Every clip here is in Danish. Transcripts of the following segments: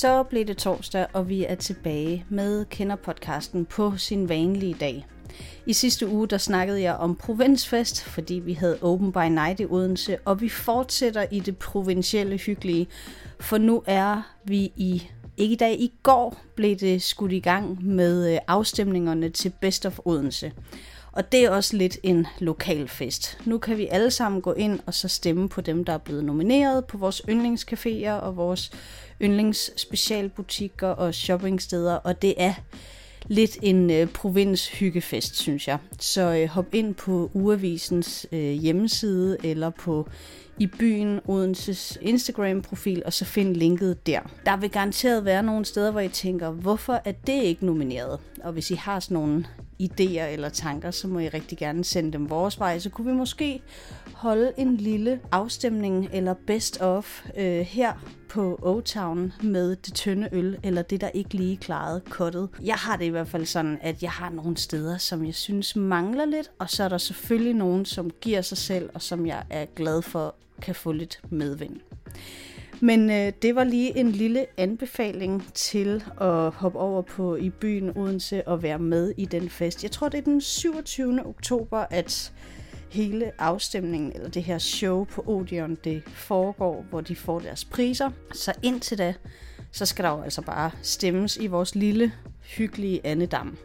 Så blev det torsdag, og vi er tilbage med Kender-podcasten på sin vanlige dag. I sidste uge der snakkede jeg om provinsfest, fordi vi havde Open by Night i Odense, og vi fortsætter i det provincielle hyggelige, for nu er vi ikke i dag, i går blev det skudt i gang med afstemningerne til Best of Odense. Og det er også lidt en lokal fest. Nu kan vi alle sammen gå ind og så stemme på dem, der er blevet nomineret på vores yndlingscaféer og vores yndlingsspecialbutikker og shoppingsteder. Og det er lidt en provinshyggefest, synes jeg. Så hop ind på Ugeavisens hjemmeside eller på i byen Odenses Instagram-profil, og så find linket der. Der vil garanteret være nogle steder, hvor I tænker, hvorfor er det ikke nomineret? Og hvis I har sådan nogle idéer eller tanker, så må I rigtig gerne sende dem vores vej. Så kunne vi måske holde en lille afstemning eller best of her på O-Town med det tynde øl, eller det, der ikke lige klarede kottet. Jeg har det i hvert fald sådan, at jeg har nogle steder, som jeg synes mangler lidt, og så er der selvfølgelig nogen, som giver sig selv, og som jeg er glad for kan få lidt medvind. Men det var lige en lille anbefaling til at hoppe over på i byen Odense og være med i den fest. Jeg tror, det er den 27. oktober, at hele afstemningen, eller det her show på Odeon, det foregår, hvor de får deres priser. Så indtil da, så skal der jo altså bare stemmes i vores lille, hyggelige andedam.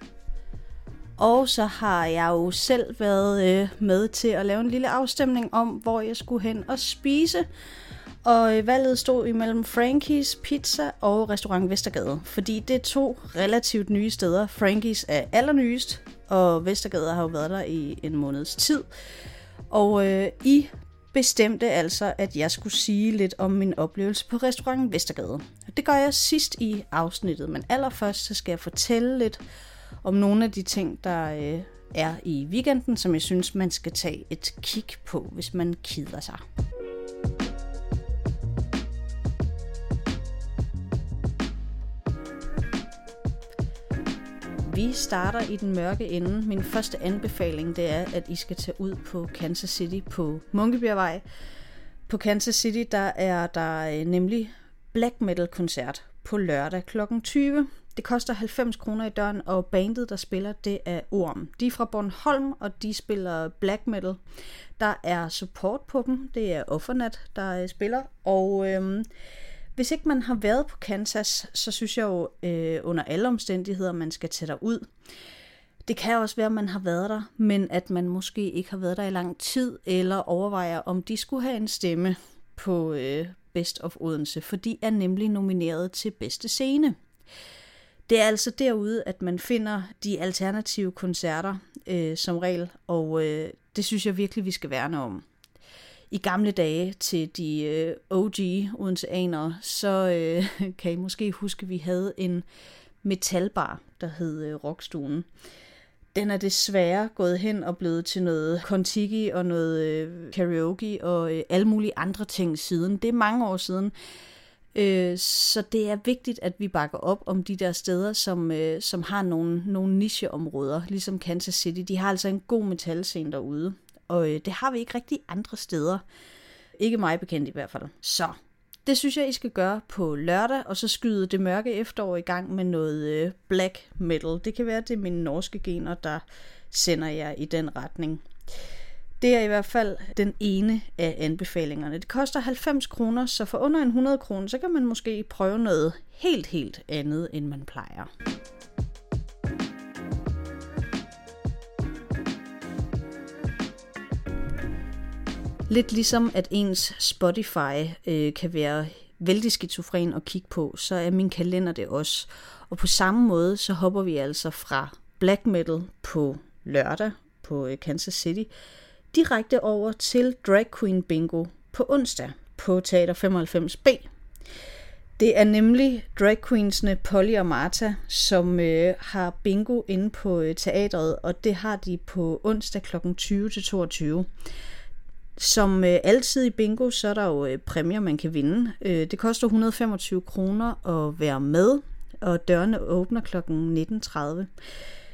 Og så har jeg jo selv været med til at lave en lille afstemning om, hvor jeg skulle hen og spise. Og valget stod imellem Frankies Pizza og Restaurant Vestergade, fordi det er to relativt nye steder. Frankies er allernyest, og Vestergade har jo været der i en måneds tid. Og I bestemte altså, at jeg skulle sige lidt om min oplevelse på Restaurant Vestergade. Det gør jeg sidst i afsnittet, men allerførst så skal jeg fortælle lidt om nogle af de ting, der er i weekenden, som jeg synes, man skal tage et kig på, hvis man keder sig. Vi starter i den mørke ende. Min første anbefaling, det er, at I skal tage ud på Kansas City på Munkebjergvej. På Kansas City, der er der nemlig black metal koncert på lørdag kl. 20. Det koster 90 kroner i døren, og bandet, der spiller, det er Orm. De er fra Bornholm, og de spiller black metal. Der er support på dem. Det er Offernat, der spiller, og hvis ikke man har været på Kansas, så synes jeg jo under alle omstændigheder, man skal tage derud. Det kan også være, at man har været der, men at man måske ikke har været der i lang tid, eller overvejer, om de skulle have en stemme på Best of Odense, for de er nemlig nomineret til bedste scene. Det er altså derude, at man finder de alternative koncerter som regel, og det synes jeg virkelig, vi skal værne om. I gamle dage til de OG odenseanere, så kan I måske huske, at vi havde en metalbar, der hed Rockstuen. Den er desværre gået hen og blevet til noget Kontiki og noget karaoke og alle mulige andre ting siden. Det er mange år siden. Så det er vigtigt, at vi bakker op om de der steder, som har nogle nicheområder, ligesom Kansas City. De har altså en god metalscene derude. Og det har vi ikke rigtig andre steder. Ikke mig bekendt i hvert fald. Så det synes jeg, I skal gøre på lørdag, og så skyde det mørke efterår i gang med noget black metal. Det kan være, det er mine norske gener, der sender jer i den retning. Det er i hvert fald den ene af anbefalingerne. Det koster 90 kroner, så for under 100 kroner, så kan man måske prøve noget helt andet, end man plejer. Lidt ligesom at ens Spotify kan være vældig skizofren at kigge på, så er min kalender det også. Og på samme måde, så hopper vi altså fra black metal på lørdag på Kansas City, direkte over til Drag Queen Bingo på onsdag på Teater 95B. Det er nemlig drag queensene Polly og Martha, som har bingo inde på teatret, og det har de på onsdag kl. 20-22. Som altid i bingo, så er der jo præmier, man kan vinde. Det koster 125 kroner at være med, og dørene åbner kl. 19.30.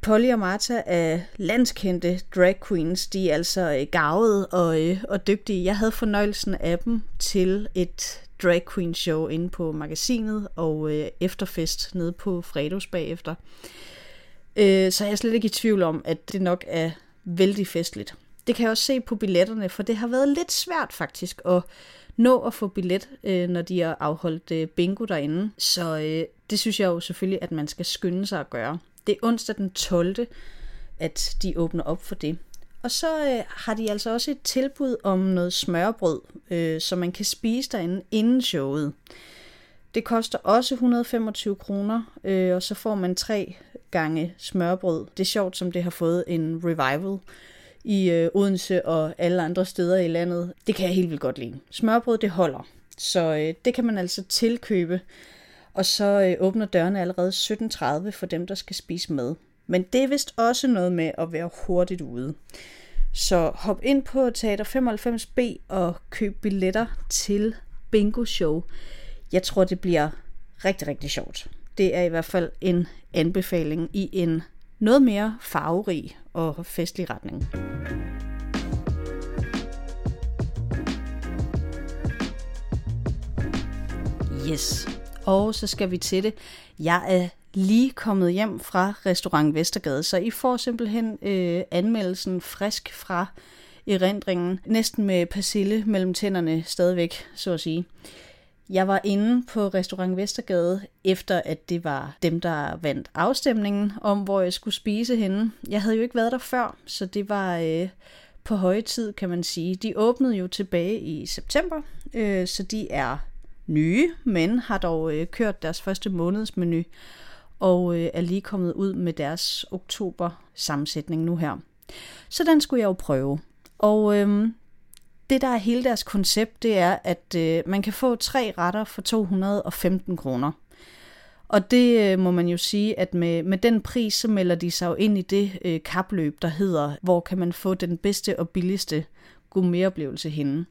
Polly og Martha er landskendte drag queens. De er altså garvede og dygtige. Jeg havde fornøjelsen af dem til et drag queen show inde på Magasinet og efterfest nede på Fredos bagefter. Så jeg er slet ikke i tvivl om, at det nok er vældig festligt. Det kan jeg også se på billetterne, for det har været lidt svært faktisk at nå at få billet, når de har afholdt bingo derinde. Så det synes jeg jo selvfølgelig, at man skal skynde sig at gøre. Det er onsdag den 12., at de åbner op for det. Og så har de altså også et tilbud om noget smørbrød, som man kan spise derinde inden showet. Det koster også 125 kroner, og så får man 3 gange smørbrød. Det er sjovt, som det har fået en revival i Odense og alle andre steder i landet. Det kan jeg helt vildt godt lide. Smørbrød, det holder. Så det kan man altså tilkøbe. Og så åbner dørene allerede 17:30 for dem, der skal spise med. Men det er vist også noget med at være hurtigt ude. Så hop ind på Teater 95B og køb billetter til Bingo Show. Jeg tror, det bliver rigtig, rigtig sjovt. Det er i hvert fald en anbefaling i en noget mere farverig og festlig retning. Yes, og så skal vi til det. Jeg er lige kommet hjem fra Restaurant Vestergade, så I får simpelthen anmeldelsen frisk fra erindringen, næsten med persille mellem tænderne stadigvæk, så at sige. Jeg var inde på Restaurant Vestergade, efter at det var dem, der vandt afstemningen om, hvor jeg skulle spise henne. Jeg havde jo ikke været der før, så det var på høje tid, kan man sige. De åbnede jo tilbage i september, så de er nye, men har dog kørt deres første månedsmenu og er lige kommet ud med deres oktober-sammensætning nu her. Så den skulle jeg jo prøve. Og det, der er hele deres koncept, det er, at man kan få 3 retter for 215 kroner. Og det må man jo sige, at med den pris, så melder de sig jo ind i det kapløb, der hedder, hvor kan man få den bedste og billigste gourmetoplevelse henne.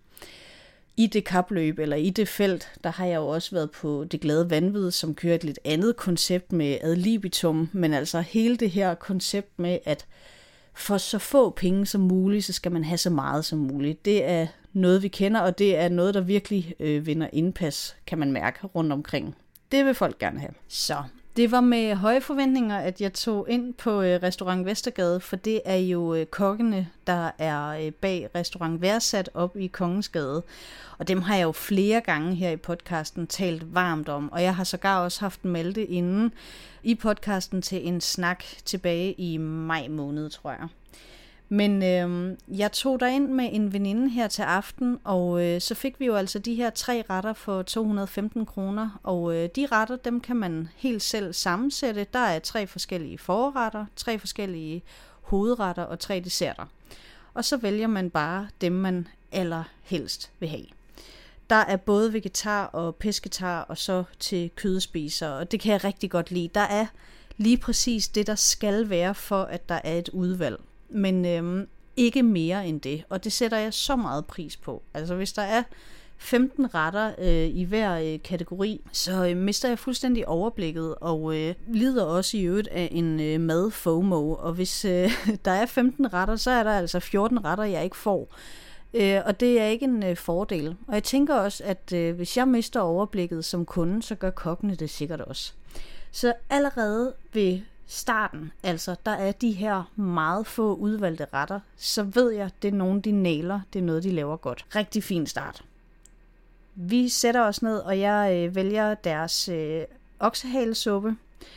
I det kapløb, eller i det felt, der har jeg jo også været på Det Glade Vanvid, som kører et lidt andet koncept med ad libitum, men altså hele det her koncept med, at for så få penge som muligt, så skal man have så meget som muligt. Det er noget, vi kender, og det er noget, der virkelig vinder indpas, kan man mærke rundt omkring. Det vil folk gerne have. Så det var med høje forventninger, at jeg tog ind på Restaurant Vestergade, for det er jo kokkene, der er bag Restaurant Værsat op i Kongensgade. Og dem har jeg jo flere gange her i podcasten talt varmt om, og jeg har sågar også haft Malte inden i podcasten til en snak tilbage i maj måned, tror jeg. Men jeg tog derind med en veninde her til aften, og så fik vi jo altså de her 3 retter for 215 kroner. Og de retter, dem kan man helt selv sammensætte. Der er 3 forskellige forretter, 3 forskellige hovedretter og 3 desserter. Og så vælger man bare dem, man allerhelst vil have. Der er både vegetar og pesketar, og så til kødspisere, og det kan jeg rigtig godt lide. Der er lige præcis det, der skal være for, at der er et udvalg. Men ikke mere end det, og det sætter jeg så meget pris på. Altså hvis der er 15 retter i hver kategori, så mister jeg fuldstændig overblikket, og lider også i øvrigt af en mad-FOMO. Og hvis der er 15 retter, så er der altså 14 retter, jeg ikke får. Og det er ikke en fordel. Og jeg tænker også, at hvis jeg mister overblikket som kunde, så gør kokkene det sikkert også. Så allerede ved starten, altså der er de her meget få udvalgte retter, så ved jeg, det er nogen, de nailer, det er noget, de laver godt. Rigtig fin start. Vi sætter os ned, og jeg vælger deres oksehalesuppe,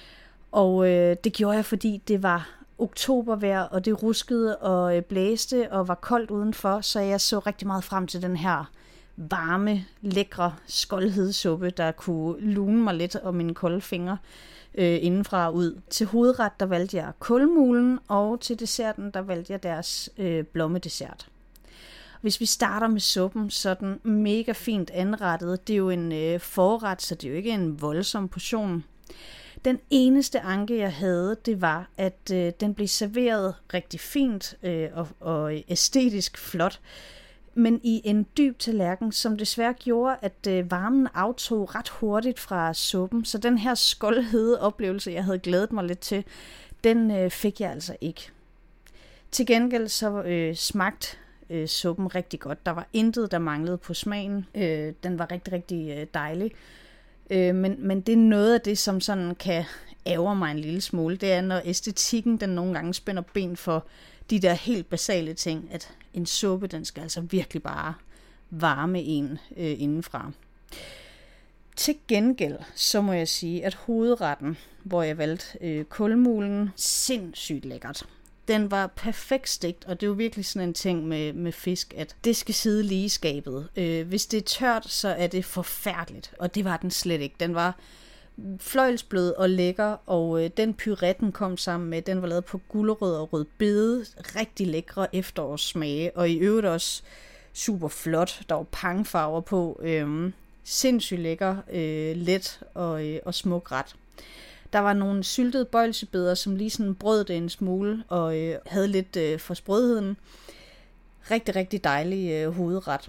og det gjorde jeg, fordi det var oktobervejr, og det ruskede og blæste og var koldt udenfor, så jeg så rigtig meget frem til den her varme, lækre skoldhedssuppe, der kunne lune mig lidt om mine kolde fingre indenfra og ud. Til hovedret, der valgte jeg kulmulen, og til desserten, der valgte jeg deres blommedessert. Hvis vi starter med suppen, så er den mega fint anrettet. Det er jo en forret, så det er jo ikke en voldsom portion. Den eneste anke, jeg havde, det var, at den blev serveret rigtig fint og æstetisk flot, men i en dyb tallerken, som desværre gjorde, at varmen aftog ret hurtigt fra suppen. Så den her skoldhede oplevelse, jeg havde glædet mig lidt til, Den fik jeg altså ikke. Til gengæld så smagte suppen rigtig godt. Der var intet, der manglede på smagen. Den var rigtig, rigtig dejlig. Men det er noget af det, som sådan kan ærge mig en lille smule. Det er, når æstetikken den nogle gange spænder ben for de der helt basale ting, at en suppe, den skal altså virkelig bare varme en indenfra. Til gengæld, så må jeg sige, at hovedretten, hvor jeg valgte kulmulen, sindssygt lækkert. Den var perfekt stegt, og det er jo virkelig sådan en ting med fisk, at det skal sidde lige i skabet. Hvis det er tørt, så er det forfærdeligt, og det var den slet ikke. Den var fløjlsblød og lækker, og den puré, den kom sammen med, den var lavet på gulerød og rødbede, rigtig lækre efterårssmage, og i øvrigt også super flot. Der var pangfarver på, sindssygt lækker, let og smuk ret. Der var nogle syltede bøjlsebeder, som lige sådan brød det en smule, og havde lidt for sprødheden. Rigtig, rigtig dejlig hovedret,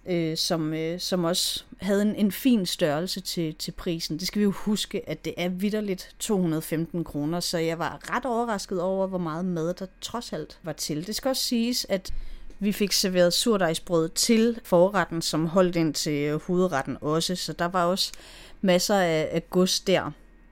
som også havde en fin størrelse til prisen. Det skal vi jo huske, at det er vitterligt 215 kroner, så jeg var ret overrasket over, hvor meget mad der trods alt var til. Det skal også siges, at vi fik serveret surdejsbrød til forretten, som holdt ind til hovedretten også, så der var også masser af gods der.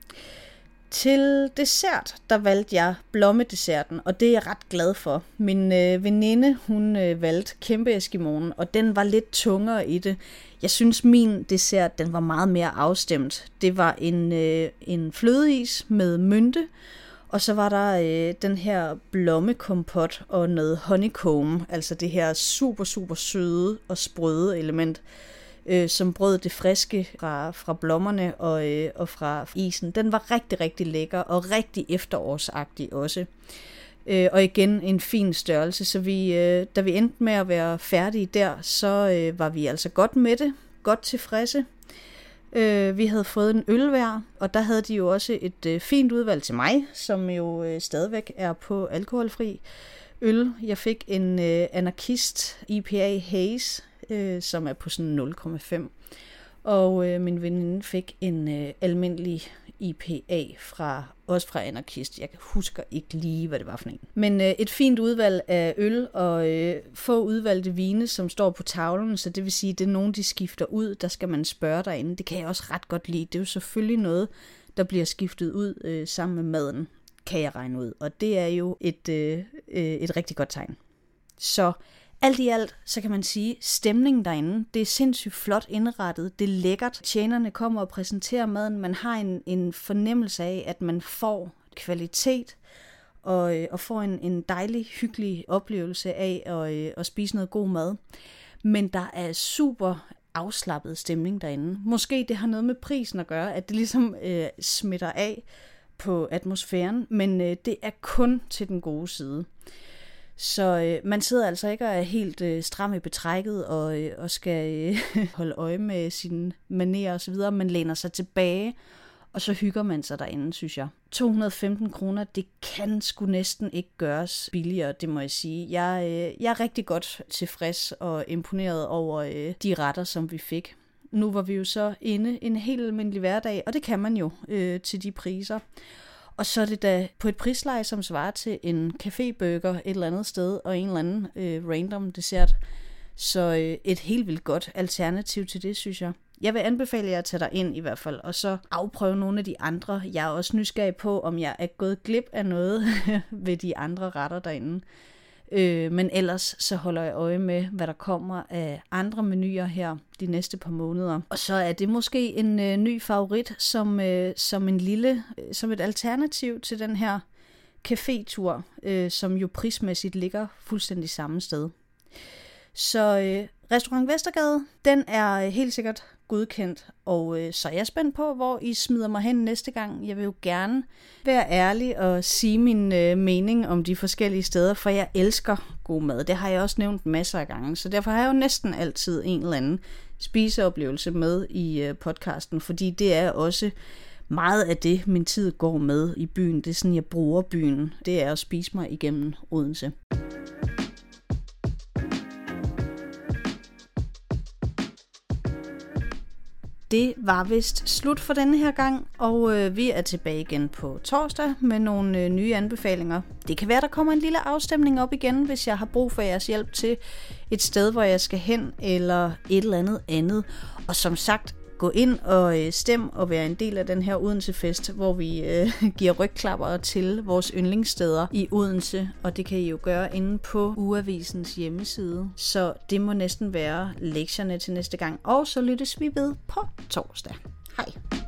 Til dessert, der valgte jeg blommedesserten, og det er jeg ret glad for. Min veninde, hun valgte kæmpe eskimoen, og den var lidt tungere i det. Jeg synes, min dessert, den var meget mere afstemt. Det var en flødeis med mynte, og så var der den her blommekompot og noget honeycomb, altså det her super, super søde og sprøde element, som brød det friske fra blommerne og fra isen. Den var rigtig, rigtig lækker og rigtig efterårsagtig også. Og igen en fin størrelse, så da vi endte med at være færdige der, så var vi altså godt med det, godt tilfredse. Vi havde fået en øl hver, og der havde de jo også et fint udvalg til mig, som jo stadigvæk er på alkoholfri øl. Jeg fik en Anarkist IPA Haze, som er på sådan 0,5. Og min veninde fik en almindelig IPA også fra Anarkist. Jeg husker ikke lige, hvad det var for en. Men et fint udvalg af øl og få udvalgte vine, som står på tavlen, så det vil sige, det er nogen, de skifter ud. Der skal man spørge derinde. Det kan jeg også ret godt lide. Det er jo selvfølgelig noget, der bliver skiftet ud sammen med maden, kan jeg regne ud. Og det er jo et rigtig godt tegn. Så alt i alt, så kan man sige, stemningen derinde, det er sindssygt flot indrettet, det er lækkert. Tjenerne kommer og præsenterer maden, man har en fornemmelse af, at man får kvalitet og får en dejlig, hyggelig oplevelse af at spise noget god mad. Men der er super afslappet stemning derinde. Måske det har noget med prisen at gøre, at det ligesom smitter af på atmosfæren, men det er kun til den gode side. Så man sidder altså ikke og er helt stram i betrækket og skal holde øje med sine manerer og så videre. Man læner sig tilbage, og så hygger man sig derinde, synes jeg. 215 kroner, det kan sgu næsten ikke gøres billigere, det må jeg sige. Jeg er rigtig godt tilfreds og imponeret over de retter, som vi fik. Nu var vi jo så inde en helt almindelig hverdag, og det kan man jo til de priser. Og så er det da på et prisleje, som svarer til en caféburger et eller andet sted, og en eller anden random dessert. Så et helt vildt godt alternativ til det, synes jeg. Jeg vil anbefale jer at tage dig ind i hvert fald, og så afprøve nogle af de andre. Jeg er også nysgerrig på, om jeg er gået glip af noget ved de andre retter derinde. Men ellers så holder jeg øje med, hvad der kommer af andre menuer her de næste par måneder. Og så er det måske en ny favorit som et alternativ til den her cafétur, som jo prismæssigt ligger fuldstændig samme sted. Så Restaurant Vestergade, den er helt sikkert godkendt, og så er jeg spændt på, hvor I smider mig hen næste gang. Jeg vil jo gerne være ærlig og sige min mening om de forskellige steder, for jeg elsker god mad. Det har jeg også nævnt masser af gange, så derfor har jeg jo næsten altid en eller anden spiseoplevelse med i podcasten, fordi det er også meget af det, min tid går med i byen. Det er sådan, jeg bruger byen. Det er at spise mig igennem Odense. det var vist slut for denne her gang, og vi er tilbage igen på torsdag med nogle nye anbefalinger. Det kan være, der kommer en lille afstemning op igen, hvis jeg har brug for jeres hjælp til et sted, hvor jeg skal hen, eller et eller andet. Og som sagt, gå ind og stem og være en del af den her Odense-fest, hvor vi giver rygklapper til vores yndlingssteder i Odense, og det kan I jo gøre inde på Ugeavisens hjemmeside. Så det må næsten være lektierne til næste gang, og så lyttes vi ved på torsdag. Hej!